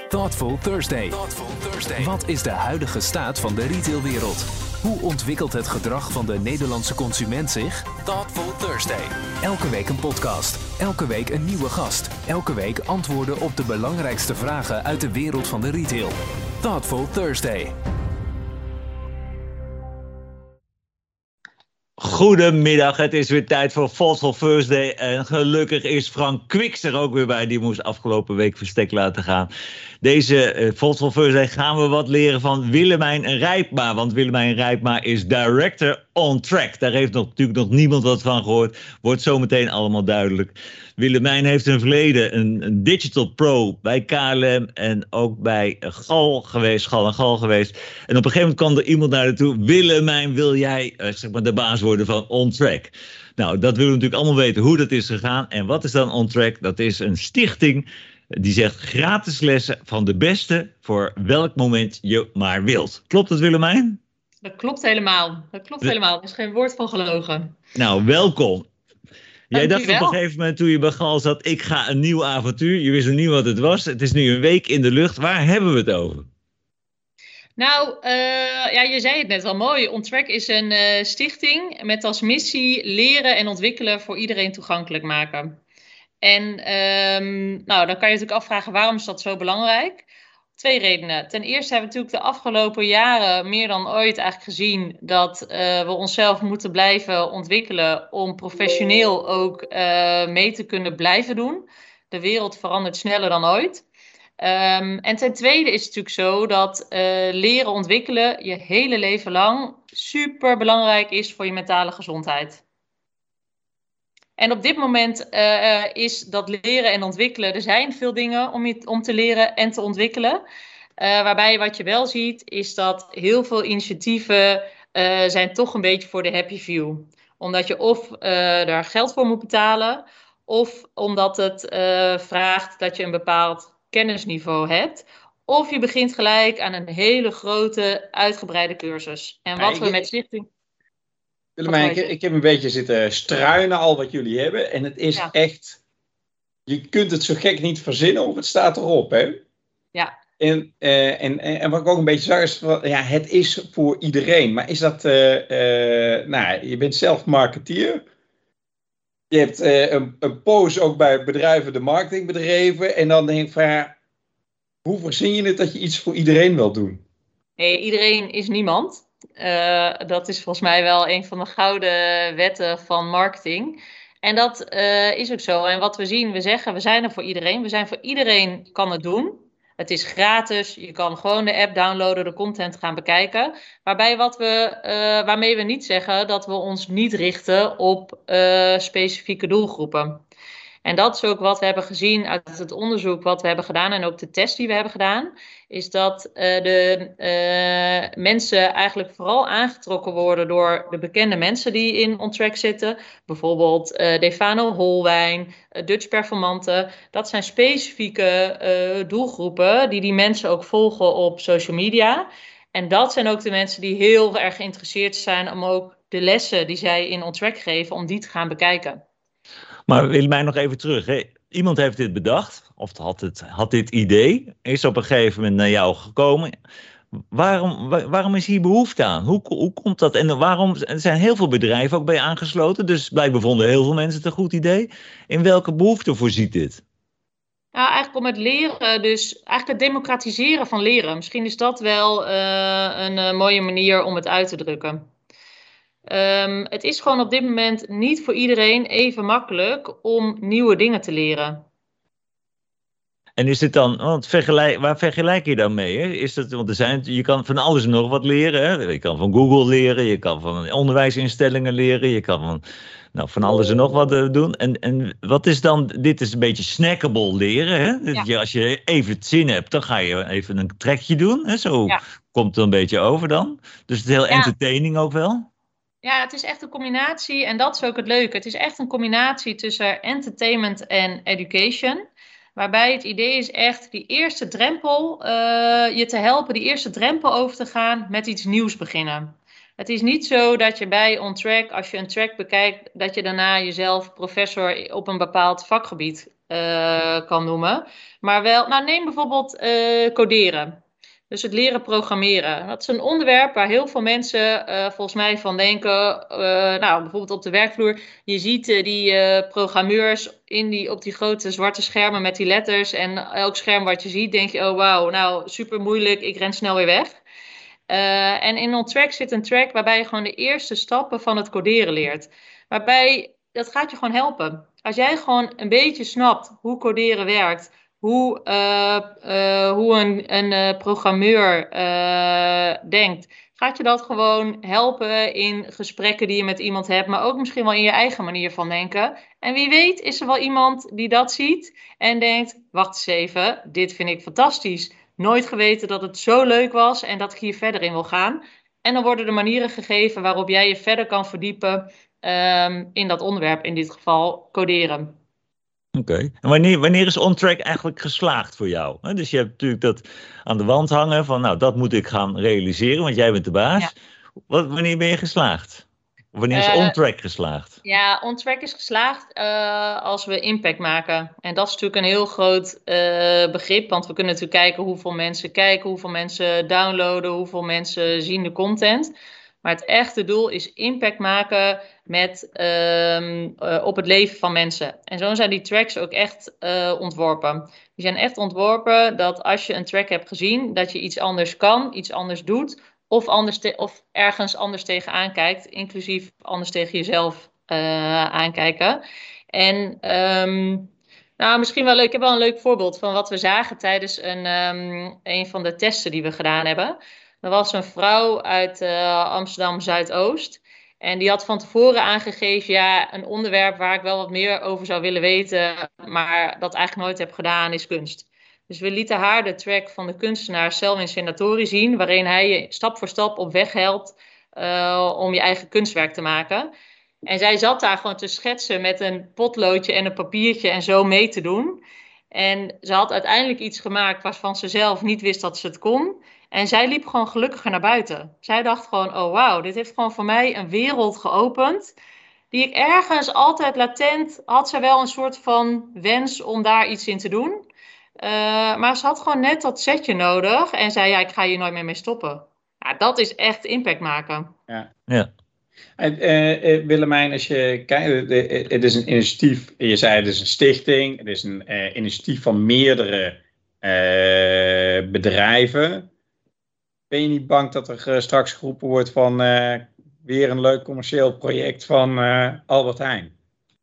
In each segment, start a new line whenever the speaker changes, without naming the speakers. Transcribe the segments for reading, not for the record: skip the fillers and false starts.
Thoughtful Thursday. Wat is de huidige staat van de retailwereld? Hoe ontwikkelt het gedrag van de Nederlandse consument zich? Thoughtful Thursday. Elke week een podcast. Elke week een nieuwe gast. Elke week antwoorden op de belangrijkste vragen uit de wereld van de retail. Thoughtful Thursday.
Goedemiddag, het is weer tijd voor Thoughtful Thursday. En gelukkig is Frank Quix er ook weer bij. Die moest afgelopen week verstek laten gaan. Deze Thoughtful Thursday gaan we wat leren van Willemijn Rijpma. Want Willemijn Rijpma is Director on Track. Daar heeft natuurlijk nog niemand wat van gehoord. Wordt zometeen allemaal duidelijk. Willemijn heeft een verleden, een digital pro bij KLM en ook bij Gal en Gal geweest. En op een gegeven moment kwam er iemand naar haar toe. Willemijn, wil jij zeg maar de baas worden van On Track? Nou, dat willen we natuurlijk allemaal weten hoe dat is gegaan. En wat is dan On Track? Dat is een stichting die zegt gratis lessen van de beste voor welk moment je maar wilt. Klopt dat, Willemijn?
Dat klopt helemaal. Er is geen woord van gelogen.
Nou, welkom. Jij dacht
Dankjewel.
op een gegeven moment toen je bij Gal zat, ik ga een nieuw avontuur. Je wist nog niet wat het was. Het is nu een week in de lucht. Waar hebben we het over?
Nou, je zei het net al mooi. On Track is een stichting met als missie leren en ontwikkelen voor iedereen toegankelijk maken. En dan kan je natuurlijk afvragen, waarom is dat zo belangrijk? 2 redenen. Ten eerste hebben we natuurlijk de afgelopen jaren meer dan ooit eigenlijk gezien dat we onszelf moeten blijven ontwikkelen om professioneel ook mee te kunnen blijven doen. De wereld verandert sneller dan ooit. En ten tweede is het natuurlijk zo dat leren ontwikkelen je hele leven lang super belangrijk is voor je mentale gezondheid. En op dit moment is dat leren en ontwikkelen, er zijn veel dingen om te leren en te ontwikkelen. Waarbij wat je wel ziet is dat heel veel initiatieven zijn toch een beetje voor de happy few. Omdat je of daar geld voor moet betalen, of omdat het vraagt dat je een bepaald kennisniveau hebt. Of je begint gelijk aan een hele grote, uitgebreide cursus. En wat we met stichting...
Willemijn, ik heb een beetje zitten struinen al wat jullie hebben. En het is echt... Je kunt het zo gek niet verzinnen of het staat erop, hè?
Ja.
En wat ik ook een beetje zag is... het is voor iedereen. Maar is dat... je bent zelf marketeer. Je hebt een post ook bij bedrijven, de marketing bedreven. En dan denk ik van... hoe verzin je het dat je iets voor iedereen wilt doen?
Nee, iedereen is niemand. Dat is volgens mij wel een van de gouden wetten van marketing. En dat is ook zo. En wat we zien, we zeggen, we zijn er voor iedereen. We zijn voor iedereen, kan het doen. Het is gratis. Je kan gewoon de app downloaden, de content gaan bekijken. Waarmee we niet zeggen dat we ons niet richten op specifieke doelgroepen. En dat is ook wat we hebben gezien uit het onderzoek wat we hebben gedaan en ook de test die we hebben gedaan. Is dat de mensen eigenlijk vooral aangetrokken worden door de bekende mensen die in On Track zitten. Bijvoorbeeld Defano Holwijn, Dutch Performante. Dat zijn specifieke doelgroepen die mensen ook volgen op social media. En dat zijn ook de mensen die heel erg geïnteresseerd zijn om ook de lessen die zij in On Track geven, om die te gaan bekijken.
Maar Willemijn nog even terug. Hè? Iemand heeft dit bedacht, of had dit idee, is op een gegeven moment naar jou gekomen. Waarom is hier behoefte aan? Hoe komt dat? En waarom er zijn heel veel bedrijven ook bij aangesloten, dus blijkbaar vonden heel veel mensen het een goed idee. In welke behoefte voorziet dit?
Nou, eigenlijk om het leren, dus eigenlijk het democratiseren van leren. Misschien is dat wel een mooie manier om het uit te drukken. Het is gewoon op dit moment niet voor iedereen even makkelijk om nieuwe dingen te leren.
En is dit dan, want waar vergelijk je dan mee? Hè? Is dat, want je kan van alles en nog wat leren. Hè? Je kan van Google leren, je kan van onderwijsinstellingen leren, je kan van alles en nog wat doen. En wat is dan, dit is een beetje snackable leren. Hè?
Ja.
Als je even het zin hebt, dan ga je even een trekje doen. Hè? Zo komt het een beetje over dan. Dus het is heel entertaining ook wel.
Ja, het is echt een combinatie en dat is ook het leuke. Het is echt een combinatie tussen entertainment en education. Waarbij het idee is echt die eerste drempel, je te helpen die eerste drempel over te gaan met iets nieuws beginnen. Het is niet zo dat je bij On Track, als je een track bekijkt, dat je daarna jezelf professor op een bepaald vakgebied kan noemen. Maar wel, nou neem bijvoorbeeld coderen. Dus het leren programmeren. Dat is een onderwerp waar heel veel mensen volgens mij van denken. Nou, bijvoorbeeld op de werkvloer. Je ziet die programmeurs op die grote zwarte schermen met die letters. En elk scherm wat je ziet, denk je, oh wauw, nou super moeilijk, ik ren snel weer weg. En in OnTrack zit een track waarbij je gewoon de eerste stappen van het coderen leert. Dat gaat je gewoon helpen. Als jij gewoon een beetje snapt hoe coderen werkt, hoe een programmeur denkt, gaat je dat gewoon helpen in gesprekken die je met iemand hebt, maar ook misschien wel in je eigen manier van denken. En wie weet is er wel iemand die dat ziet en denkt, wacht eens even, dit vind ik fantastisch. Nooit geweten dat het zo leuk was en dat ik hier verder in wil gaan. En dan worden er manieren gegeven waarop jij je verder kan verdiepen in dat onderwerp, in dit geval coderen.
Oké. En wanneer is OnTrack eigenlijk geslaagd voor jou? Dus je hebt natuurlijk dat aan de wand hangen van, nou, dat moet ik gaan realiseren, want jij bent de baas. Ja. Wanneer ben je geslaagd? Wanneer is OnTrack geslaagd?
Ja, OnTrack is geslaagd als we impact maken. En dat is natuurlijk een heel groot begrip, want we kunnen natuurlijk kijken hoeveel mensen downloaden, hoeveel mensen zien de content. Maar het echte doel is impact maken op het leven van mensen. En zo zijn die tracks ook echt ontworpen. Die zijn echt ontworpen dat als je een track hebt gezien, dat je iets anders kan, iets anders doet, of ergens anders tegenaan kijkt, inclusief anders tegen jezelf aankijken. En nou, misschien wel leuk. Ik heb wel een leuk voorbeeld van wat we zagen tijdens een van de testen die we gedaan hebben. Er was een vrouw uit Amsterdam Zuidoost. En die had van tevoren aangegeven, ja, een onderwerp waar ik wel wat meer over zou willen weten, maar dat eigenlijk nooit heb gedaan, is kunst. Dus we lieten haar de track van de kunstenaar Selwyn Senatori zien, waarin hij je stap voor stap op weg helpt om je eigen kunstwerk te maken. En zij zat daar gewoon te schetsen met een potloodje en een papiertje en zo mee te doen. En ze had uiteindelijk iets gemaakt waarvan ze zelf niet wist dat ze het kon. En zij liep gewoon gelukkiger naar buiten. Zij dacht gewoon, oh wauw, dit heeft gewoon voor mij een wereld geopend. Die ik ergens altijd latent, had ze wel een soort van wens om daar iets in te doen. Maar ze had gewoon net dat setje nodig. En zei, ja, ik ga hier nooit meer mee stoppen. Ja, dat is echt impact maken.
Ja.
Willemijn, als je kijkt, het is een initiatief. Je zei het is een stichting. Het is een initiatief van meerdere bedrijven. Ben je niet bang dat er straks geroepen wordt van weer een leuk commercieel project van Albert Heijn?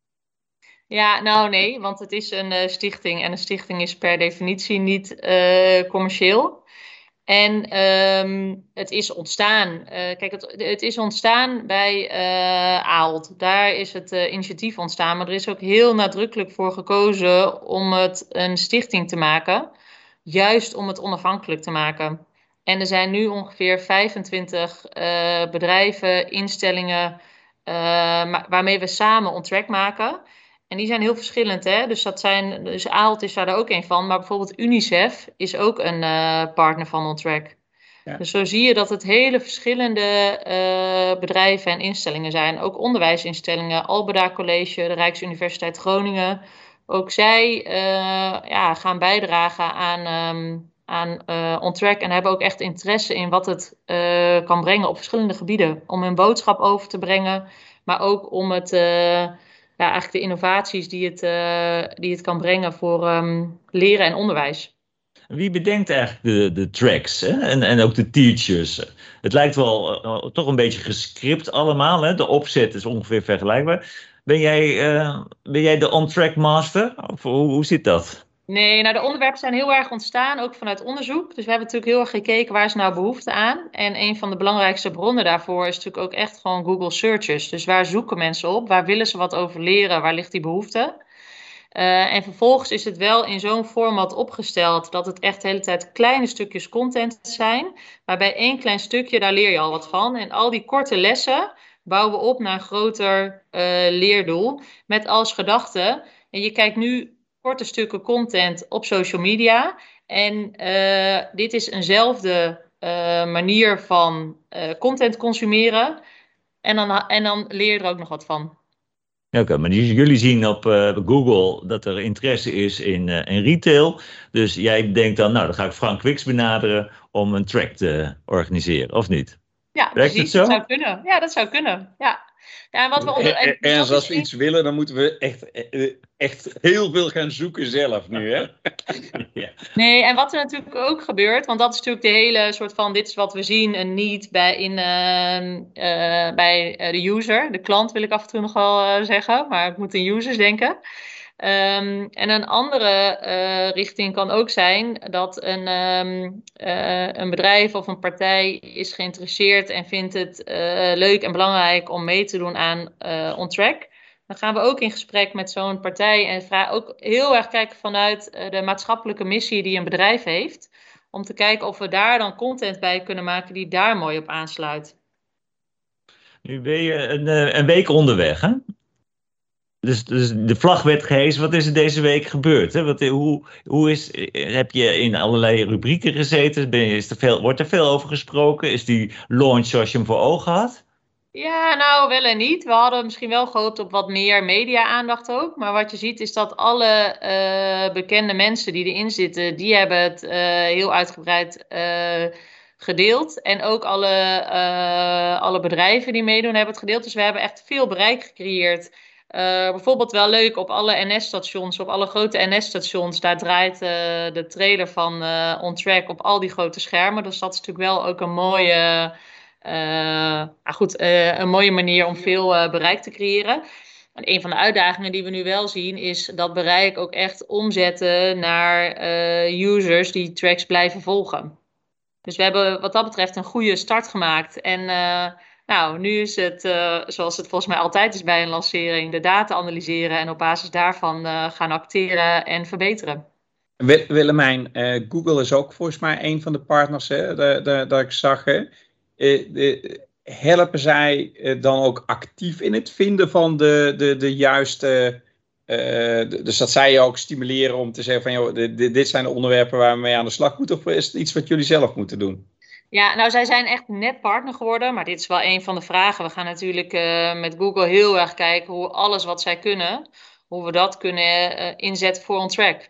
Ja, nou nee, want het is een stichting en een stichting is per definitie niet commercieel. En het is ontstaan. Het is ontstaan bij Aalt. Daar is het initiatief ontstaan. Maar er is ook heel nadrukkelijk voor gekozen om het een stichting te maken. Juist om het onafhankelijk te maken. En er zijn nu ongeveer 25 bedrijven, instellingen, waarmee we samen OnTrack maken. En die zijn heel verschillend, hè? Dus Aalt is daar ook een van. Maar bijvoorbeeld UNICEF is ook een partner van OnTrack. Ja. Dus zo zie je dat het hele verschillende bedrijven en instellingen zijn. Ook onderwijsinstellingen, Alberda College, de Rijksuniversiteit Groningen. Ook zij gaan bijdragen aan OnTrack en hebben ook echt interesse in wat het kan brengen op verschillende gebieden. Om hun boodschap over te brengen, maar ook om het... eigenlijk de innovaties die het kan brengen voor leren en onderwijs.
Wie bedenkt eigenlijk de tracks, hè? En ook de teachers? Het lijkt wel toch een beetje gescript allemaal. Hè? De opzet is ongeveer vergelijkbaar. Ben jij de OnTrack master? Of hoe zit dat?
Nee, nou de onderwerpen zijn heel erg ontstaan, ook vanuit onderzoek. Dus we hebben natuurlijk heel erg gekeken waar is nou behoefte aan. En een van de belangrijkste bronnen daarvoor is natuurlijk ook echt gewoon Google Searches. Dus waar zoeken mensen op? Waar willen ze wat over leren? Waar ligt die behoefte? En vervolgens is het wel in zo'n format opgesteld dat het echt de hele tijd kleine stukjes content zijn. Maar bij één klein stukje, daar leer je al wat van. En al die korte lessen bouwen we op naar een groter leerdoel. Met als gedachte, en je kijkt nu korte stukken content op social media. En dit is eenzelfde manier van content consumeren. En dan leer je er ook nog wat van.
Oké, maar jullie zien op Google dat er interesse is in retail. Dus jij denkt dan, nou, dan ga ik Frank Quix benaderen om een track te organiseren, of niet?
Ja,
Werkt
precies.
het zo?
Dat zou kunnen. Ja, dat zou kunnen. Ja. Ja, en wat we
En als we iets willen, dan moeten we echt heel veel gaan zoeken zelf nu, hè?
Ja. Nee, en wat er natuurlijk ook gebeurt, want dat is natuurlijk de hele soort van, dit is wat we zien, een need bij de user. De klant wil ik af en toe nog wel zeggen, maar ik moet aan users denken. En een andere richting kan ook zijn dat een bedrijf of een partij is geïnteresseerd en vindt het leuk en belangrijk om mee te doen aan OnTrack. Dan gaan we ook in gesprek met zo'n partij en ook heel erg kijken vanuit de maatschappelijke missie die een bedrijf heeft. Om te kijken of we daar dan content bij kunnen maken die daar mooi op aansluit.
Nu ben je een week onderweg, hè? Dus de vlag werd gehesen. Wat is er deze week gebeurd? Hè? Heb je in allerlei rubrieken gezeten? Wordt er veel over gesproken? Is die launch zoals je hem voor ogen had?
Ja, nou wel en niet. We hadden misschien wel gehoopt op wat meer media-aandacht ook. Maar wat je ziet is dat alle bekende mensen die erin zitten, die hebben het heel uitgebreid gedeeld. En ook alle bedrijven die meedoen hebben het gedeeld. Dus we hebben echt veel bereik gecreëerd. Bijvoorbeeld wel leuk op alle NS-stations, op alle grote NS-stations. Daar draait de trailer van OnTrack op al die grote schermen. Dus dat is natuurlijk wel ook een mooie... een mooie manier om veel bereik te creëren. En een van de uitdagingen die we nu wel zien is dat bereik ook echt omzetten naar users die tracks blijven volgen. Dus we hebben wat dat betreft een goede start gemaakt. En nu is het, zoals het volgens mij altijd is bij een lancering, de data analyseren en op basis daarvan gaan acteren en verbeteren.
Willemijn, Google is ook volgens mij een van de partners, hè, dat ik zag. Hè. Helpen zij dan ook actief in het vinden van de juiste... dus dat zij je ook stimuleren om te zeggen van... Joh, dit zijn de onderwerpen waar we mee aan de slag moeten... of is het iets wat jullie zelf moeten doen?
Ja, nou zij zijn echt net partner geworden, maar dit is wel een van de vragen. We gaan natuurlijk met Google heel erg kijken hoe alles wat zij kunnen... hoe we dat kunnen inzetten voor OnTrack.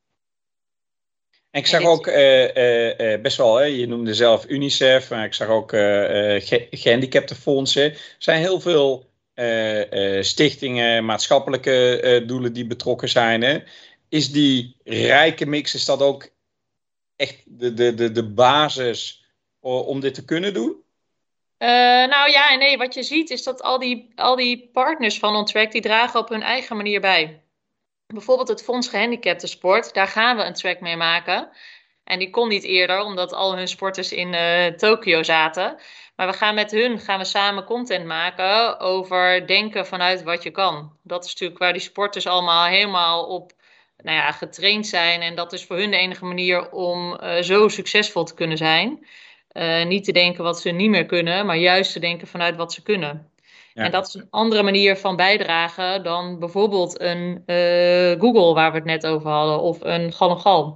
En ik zag ook best wel, hè, je noemde zelf UNICEF, maar ik zag ook gehandicaptenfondsen. Er zijn heel veel stichtingen, maatschappelijke doelen die betrokken zijn. Hè. Is die rijke mix, is dat ook echt de basis om dit te kunnen doen?
Nou ja en nee, wat je ziet is dat al die partners van OnTrack, die dragen op hun eigen manier bij. Bijvoorbeeld het Fonds Gehandicaptensport, daar gaan we een track mee maken. En die kon niet eerder, omdat al hun sporters in Tokio zaten. Maar we gaan samen content maken over denken vanuit wat je kan. Dat is natuurlijk waar die sporters allemaal helemaal op getraind zijn. En dat is voor hun de enige manier om zo succesvol te kunnen zijn. Niet te denken wat ze niet meer kunnen, maar juist te denken vanuit wat ze kunnen. Ja. En dat is een andere manier van bijdragen dan bijvoorbeeld een Google, waar we het net over hadden, of een Gal.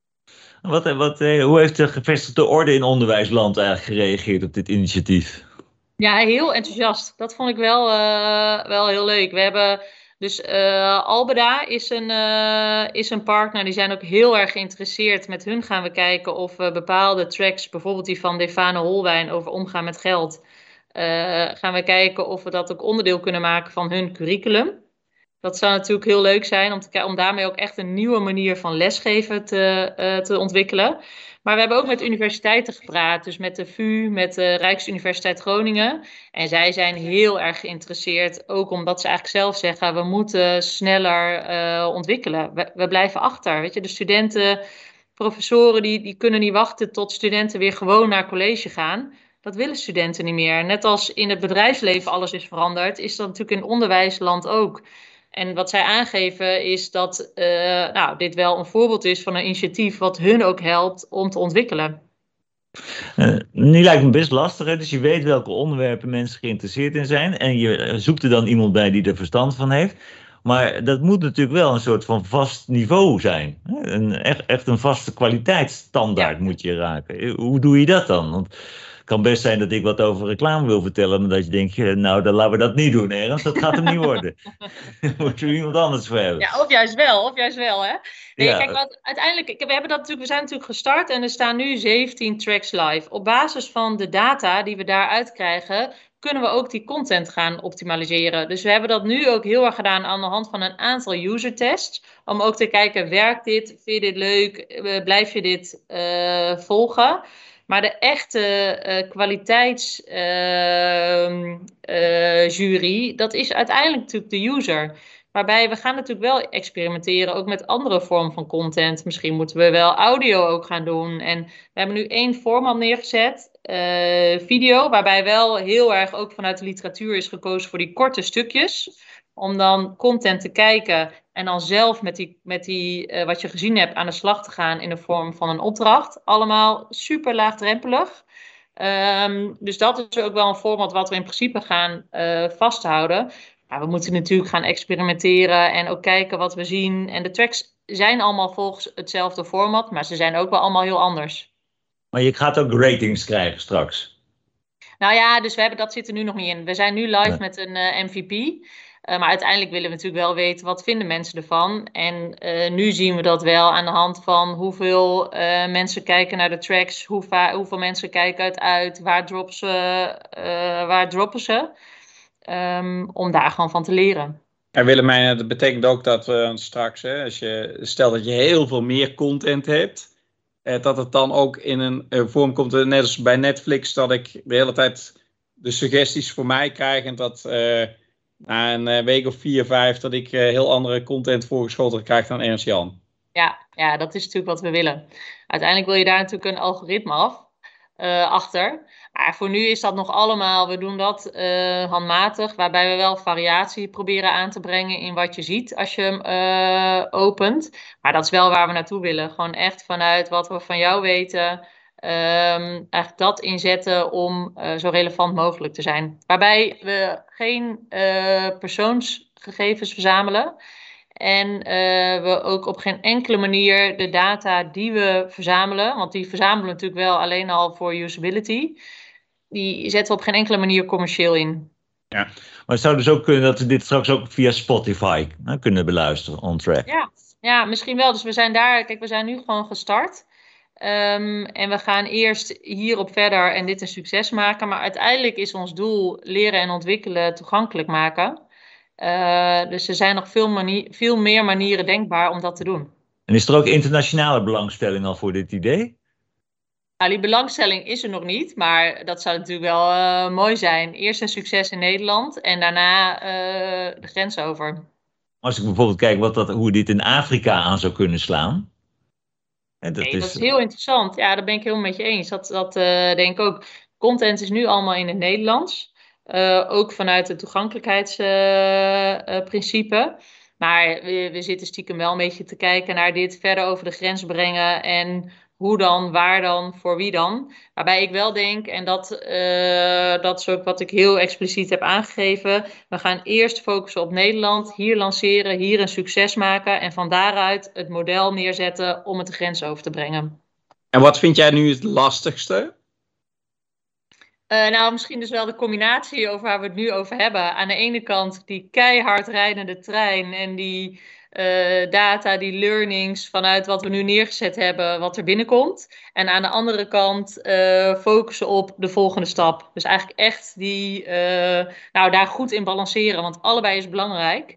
Hoe heeft de gevestigde orde in onderwijsland eigenlijk gereageerd op dit initiatief?
Ja, heel enthousiast. Dat vond ik wel heel leuk. We hebben dus Albeda is een partner. Die zijn ook heel erg geïnteresseerd. Met hun gaan we kijken of we bepaalde tracks, bijvoorbeeld die van Defane Holwijn over omgaan met geld... gaan we kijken of we dat ook onderdeel kunnen maken van hun curriculum. Dat zou natuurlijk heel leuk zijn om daarmee ook echt een nieuwe manier van lesgeven te ontwikkelen. Maar we hebben ook met universiteiten gepraat, dus met de VU, met de Rijksuniversiteit Groningen. En zij zijn heel erg geïnteresseerd, ook omdat ze eigenlijk zelf zeggen, we moeten sneller ontwikkelen. We blijven achter, weet je. De studenten, professoren, die kunnen niet wachten tot studenten weer gewoon naar college gaan. Dat willen studenten niet meer. Net als in het bedrijfsleven alles is veranderd, is dat natuurlijk in onderwijsland ook. En wat zij aangeven is dat dit wel een voorbeeld is van een initiatief wat hun ook helpt om te ontwikkelen.
Nu lijkt me best lastig, hè? Dus je weet welke onderwerpen mensen geïnteresseerd in zijn en je zoekt er dan iemand bij die er verstand van heeft. Maar dat moet natuurlijk wel een soort van vast niveau zijn. Echt een vaste kwaliteitsstandaard moet je raken. Hoe doe je dat dan? Want kan best zijn dat ik wat over reclame wil vertellen, maar dat je denkt, nou, dan laten we dat niet doen, Ernst. Dat gaat hem niet worden. Daar moeten we iemand anders voor hebben.
Ja, of juist wel, hè? Nee, ja. Kijk, wat uiteindelijk, we zijn natuurlijk gestart en er staan nu 17 tracks live. Op basis van de data die we daaruit krijgen, kunnen we ook die content gaan optimaliseren. Dus we hebben dat nu ook heel erg gedaan aan de hand van een aantal user tests. Om ook te kijken, werkt dit? Vind je dit leuk? Blijf je dit volgen? Maar de echte kwaliteitsjury, dat is uiteindelijk natuurlijk de user. Waarbij we gaan natuurlijk wel experimenteren, ook met andere vormen van content. Misschien moeten we wel audio ook gaan doen. En we hebben nu 1 format neergezet, video, waarbij wel heel erg ook vanuit de literatuur is gekozen voor die korte stukjes. Om dan content te kijken en dan zelf met die wat je gezien hebt aan de slag te gaan in de vorm van een opdracht. Allemaal super laagdrempelig. Dus dat is ook wel een format wat we in principe gaan vasthouden. Maar we moeten natuurlijk gaan experimenteren en ook kijken wat we zien. En de tracks zijn allemaal volgens hetzelfde format, maar ze zijn ook wel allemaal heel anders.
Maar je gaat ook ratings krijgen straks.
Nou ja, dus dat zit er nu nog niet in. We zijn nu live met een MVP. Maar uiteindelijk willen we natuurlijk wel weten, wat vinden mensen ervan? En nu zien we dat wel aan de hand van hoeveel mensen kijken naar de tracks. Hoeveel mensen kijken het uit, waar droppen ze. Om daar gewoon van te leren.
En Willemijn, dat betekent ook dat we straks, stel dat je heel veel meer content hebt, dat het dan ook in een vorm komt, net als bij Netflix, dat ik de hele tijd de suggesties voor mij krijg en dat na een week of 4, 5, dat ik heel andere content voorgeschoteld krijg dan Ernst Jan.
Ja, dat is natuurlijk wat we willen. Uiteindelijk wil je daar natuurlijk een algoritme achter. Maar voor nu is dat nog allemaal, we doen dat handmatig, waarbij we wel variatie proberen aan te brengen in wat je ziet als je hem opent. Maar dat is wel waar we naartoe willen. Gewoon echt vanuit wat we van jou weten, eigenlijk dat inzetten om zo relevant mogelijk te zijn. Waarbij we geen persoonsgegevens verzamelen. En we ook op geen enkele manier de data die we verzamelen, want die verzamelen we natuurlijk wel alleen al voor usability, die zetten we op geen enkele manier commercieel in.
Ja, maar het zou dus ook kunnen dat we dit straks ook via Spotify kunnen beluisteren, on track.
Ja, misschien wel. Dus we zijn nu gewoon gestart. En we gaan eerst hierop verder en dit een succes maken. Maar uiteindelijk is ons doel leren en ontwikkelen toegankelijk maken. Dus er zijn nog veel meer manieren denkbaar om dat te doen.
En is er ook internationale belangstelling al voor dit idee?
Nou, die belangstelling is er nog niet, maar dat zou natuurlijk wel mooi zijn. Eerst een succes in Nederland en daarna de grens over.
Als ik bijvoorbeeld kijk hoe we dit in Afrika aan zou kunnen slaan.
Dat is heel interessant. Ja, daar ben ik helemaal met je eens. Dat denk ik ook. Content is nu allemaal in het Nederlands. Ook vanuit het toegankelijkheidsprincipe. Maar we zitten stiekem wel een beetje te kijken naar dit verder over de grens brengen. En hoe dan, waar dan, voor wie dan. Waarbij ik wel denk, en dat is ook wat ik heel expliciet heb aangegeven. We gaan eerst focussen op Nederland. Hier lanceren, hier een succes maken. En van daaruit het model neerzetten om het de grens over te brengen.
En wat vind jij nu het lastigste?
Nou, misschien dus wel de combinatie over waar we het nu over hebben. Aan de ene kant die keihard rijdende trein en die data, die learnings vanuit wat we nu neergezet hebben, wat er binnenkomt. En aan de andere kant focussen op de volgende stap. Dus eigenlijk echt daar goed in balanceren, want allebei is belangrijk.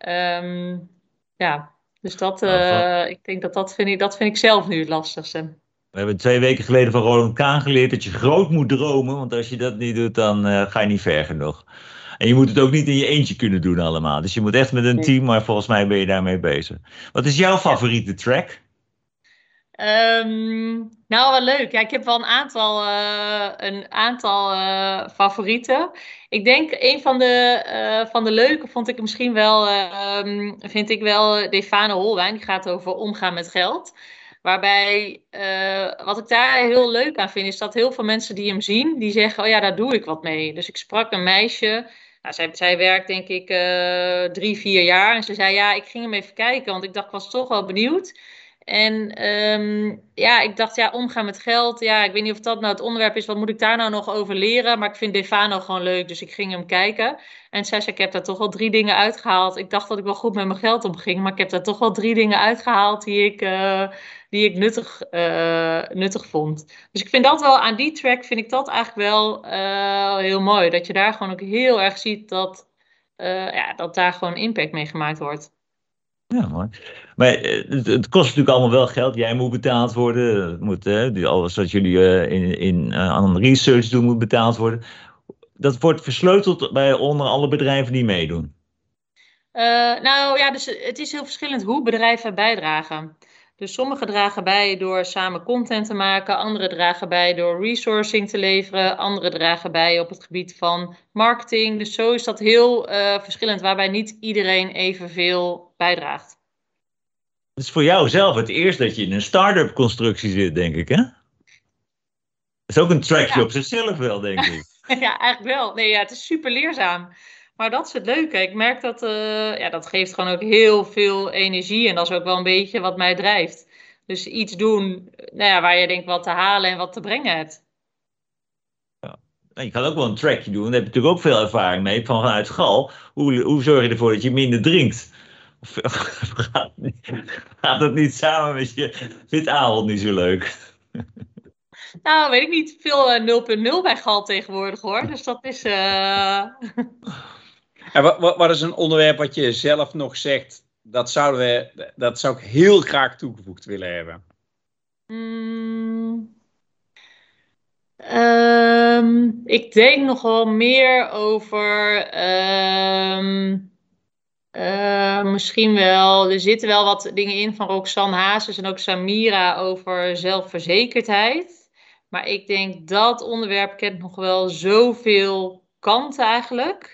Dus ik denk dat vind ik zelf nu het lastigste.
We hebben 2 weken geleden van Roland Kaan geleerd dat je groot moet dromen. Want als je dat niet doet, dan ga je niet ver genoeg. En je moet het ook niet in je eentje kunnen doen allemaal. Dus je moet echt met een team, maar volgens mij ben je daarmee bezig. Wat is jouw favoriete track?
Nou, wel leuk. Ja, ik heb wel een aantal favorieten. Ik denk een van de leuke vond ik misschien wel, vind ik wel Defane Holwijn. Die gaat over omgaan met geld. Waarbij, wat ik daar heel leuk aan vind, is dat heel veel mensen die hem zien, die zeggen, oh ja, daar doe ik wat mee. Dus ik sprak een meisje, nou, zij werkt denk ik 3-4 jaar. En ze zei, ja, ik ging hem even kijken, want ik was toch wel benieuwd. En ik dacht, omgaan met geld. Ja, ik weet niet of dat nou het onderwerp is. Wat moet ik daar nou nog over leren? Maar ik vind Defano gewoon leuk, dus ik ging hem kijken. En zei ze, ik heb daar toch wel 3 dingen uitgehaald. Ik dacht dat ik wel goed met mijn geld omging. Maar ik heb daar toch wel 3 dingen uitgehaald die ik nuttig vond. Dus ik vind dat wel, aan die track vind ik dat eigenlijk wel heel mooi. Dat je daar gewoon ook heel erg ziet dat daar gewoon impact mee gemaakt wordt.
Ja, mooi. Maar het kost natuurlijk allemaal wel geld. Jij moet betaald worden. Het moet, alles wat jullie aan research doen moet betaald worden. Dat wordt versleuteld bij onder alle bedrijven die meedoen.
Dus het is heel verschillend hoe bedrijven bijdragen. Dus sommigen dragen bij door samen content te maken. Anderen dragen bij door resourcing te leveren. Anderen dragen bij op het gebied van marketing. Dus zo is dat heel verschillend, waarbij niet iedereen evenveel bijdraagt.
Het is voor jou zelf het eerst dat je in een start-up constructie zit, denk ik, hè? Dat is ook een trackje op zichzelf wel, denk ik.
Ja, eigenlijk wel. Nee, het is super leerzaam. Maar dat is het leuke. Ik merk dat geeft gewoon ook heel veel energie. En dat is ook wel een beetje wat mij drijft. Dus iets doen waar je denkt wat te halen en wat te brengen hebt.
Ja. Je kan ook wel een trackje doen. Daar heb je natuurlijk ook veel ervaring mee vanuit Gal. Hoe zorg je ervoor dat je minder drinkt? Of gaat dat niet samen met je? Vindt Ahold niet zo leuk?
Nou, weet ik niet. Veel 0.0 bij Gal tegenwoordig, hoor. Dus dat is...
En wat is een onderwerp wat je zelf nog zegt, dat zou ik heel graag toegevoegd willen hebben?
Ik denk nog wel meer over... misschien wel, er zitten wel wat dingen in van Roxanne Hazes en ook Samira over zelfverzekerdheid. Maar ik denk dat onderwerp kent nog wel zoveel kanten eigenlijk.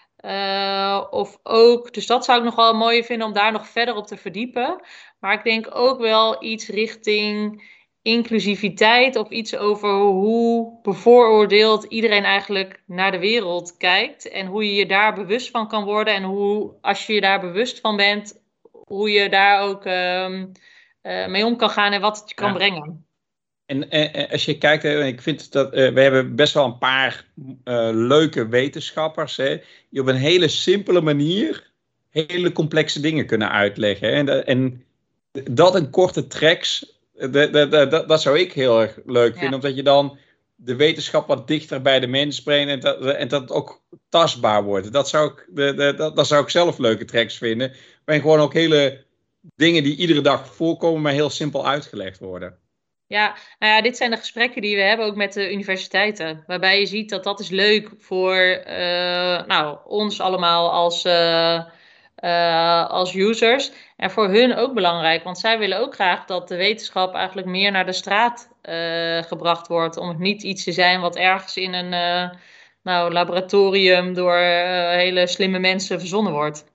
Dus dat zou ik nog wel mooi vinden om daar nog verder op te verdiepen. Maar ik denk ook wel iets richting inclusiviteit of iets over hoe bevooroordeeld iedereen eigenlijk naar de wereld kijkt. En hoe je je daar bewust van kan worden. En hoe, als je je daar bewust van bent, hoe je daar ook mee om kan gaan en wat het je kan brengen.
En als je kijkt, ik vind dat we hebben best wel een paar leuke wetenschappers, hè, die op een hele simpele manier hele complexe dingen kunnen uitleggen. Hè. En dat in korte tracks, dat zou ik heel erg leuk vinden, omdat je dan de wetenschap wat dichter bij de mens brengt en dat het ook tastbaar wordt. Dat zou ik zelf leuke tracks vinden. Maar gewoon ook hele dingen die iedere dag voorkomen, maar heel simpel uitgelegd worden.
Ja, dit zijn de gesprekken die we hebben ook met de universiteiten. Waarbij je ziet dat is leuk voor ons allemaal als users. En voor hun ook belangrijk. Want zij willen ook graag dat de wetenschap eigenlijk meer naar de straat gebracht wordt. Om het niet iets te zijn wat ergens in een laboratorium door hele slimme mensen verzonnen wordt.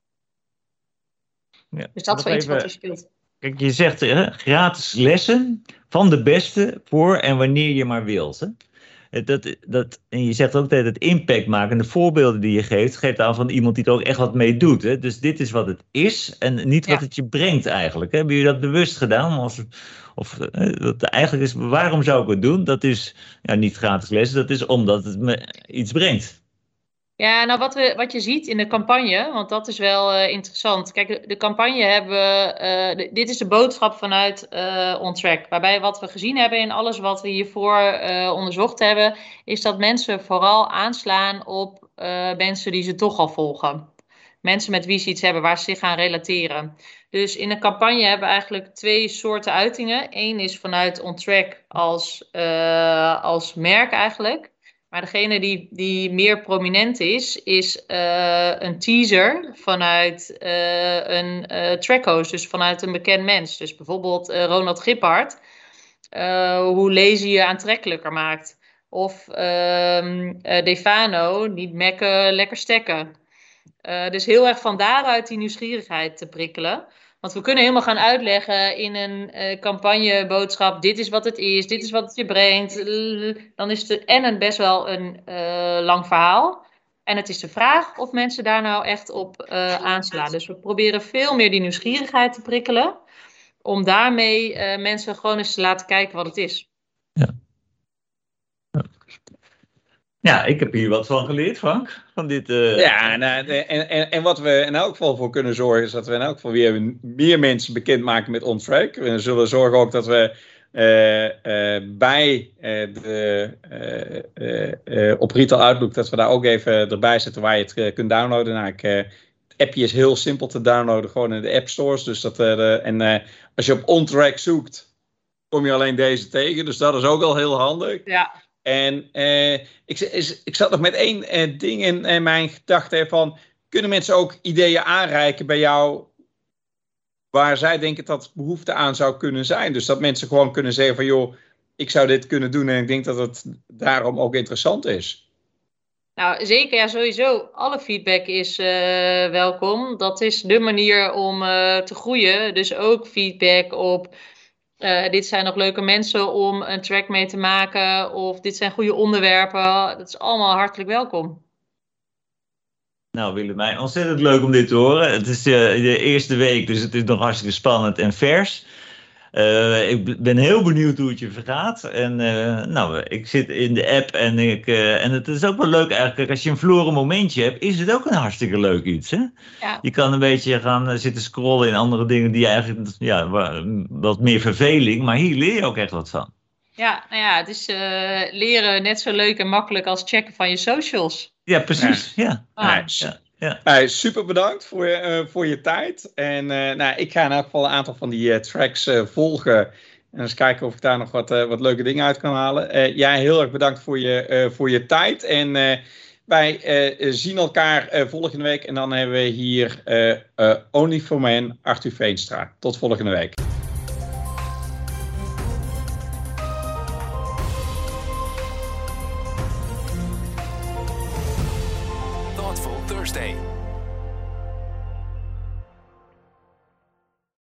Ja, dus dat is wel iets wat er speelt.
Kijk, je zegt gratis lessen van de beste voor en wanneer je maar wilt. Hè? En je zegt ook dat het impact maken. De voorbeelden die je geeft aan van iemand die er ook echt wat mee doet. Hè? Dus dit is wat het is en niet wat het je brengt eigenlijk. Hè? Hebben jullie dat bewust gedaan? Eigenlijk is, waarom zou ik het doen? Dat is niet gratis lessen, dat is omdat het me iets brengt.
Ja, nou wat je ziet in de campagne, want dat is wel interessant. Kijk, de campagne hebben we, dit is de boodschap vanuit OnTrack. Waarbij wat we gezien hebben in alles wat we hiervoor onderzocht hebben, is dat mensen vooral aanslaan op mensen die ze toch al volgen. Mensen met wie ze iets hebben waar ze zich aan relateren. Dus in de campagne hebben we eigenlijk 2 soorten uitingen. Eén is vanuit OnTrack als merk eigenlijk. Maar degene die meer prominent is een teaser vanuit een trackhost, dus vanuit een bekend mens. Dus bijvoorbeeld Ronald Gippard, hoe lezen je aantrekkelijker maakt. Of Defano, niet mekken, lekker stekken. Dus heel erg van daaruit die nieuwsgierigheid te prikkelen. Want we kunnen helemaal gaan uitleggen in een campagneboodschap, dit is wat het is, dit is wat het je brengt. Dan is het best wel een lang verhaal. En het is de vraag of mensen daar nou echt op aanslaan. Dus we proberen veel meer die nieuwsgierigheid te prikkelen. om daarmee mensen gewoon eens te laten kijken wat het is.
Ja, ik heb hier wat van geleerd, Frank. Van dit,
Ja, en wat we in elk geval voor kunnen zorgen, is dat we in elk geval weer meer mensen bekendmaken met OnTrack. We zullen zorgen ook dat we bij op Retail Outlook, dat we daar ook even erbij zetten waar je het kunt downloaden. Nou, het appje is heel simpel te downloaden, gewoon in de app stores. Dus als je op OnTrack zoekt, kom je alleen deze tegen. Dus dat is ook al heel handig.
Ja.
En ik zat nog met één ding in mijn gedachten van, kunnen mensen ook ideeën aanreiken bij jou waar zij denken dat behoefte aan zou kunnen zijn? Dus dat mensen gewoon kunnen zeggen van, joh, ik zou dit kunnen doen en ik denk dat het daarom ook interessant is.
Nou, zeker, ja, sowieso. Alle feedback is welkom. Dat is de manier om te groeien. Dus ook feedback op, dit zijn nog leuke mensen om een track mee te maken. Of dit zijn goede onderwerpen. Dat is allemaal hartelijk welkom.
Nou, Willemijn, ontzettend leuk om dit te horen. Het is de eerste week, dus het is nog hartstikke spannend en vers. Ik ben heel benieuwd hoe het je vergaat. En ik zit in de app en het is ook wel leuk eigenlijk. Als je een verloren momentje hebt, is het ook een hartstikke leuk iets. Hè?
Ja.
Je kan een beetje gaan zitten scrollen in andere dingen die eigenlijk wat meer verveling. Maar hier leer je ook echt wat van.
Ja, nou ja, het is leren net zo leuk en makkelijk als checken van je socials.
Ja, precies. Ja.
Super bedankt voor je tijd. En ik ga in elk geval een aantal van die tracks volgen. En eens kijken of ik daar nog wat leuke dingen uit kan halen. Jij heel erg bedankt voor je tijd. En wij zien elkaar volgende week. En dan hebben we hier Only for Men, Arthur Veenstra. Tot volgende week.
Thoughtful Thursday.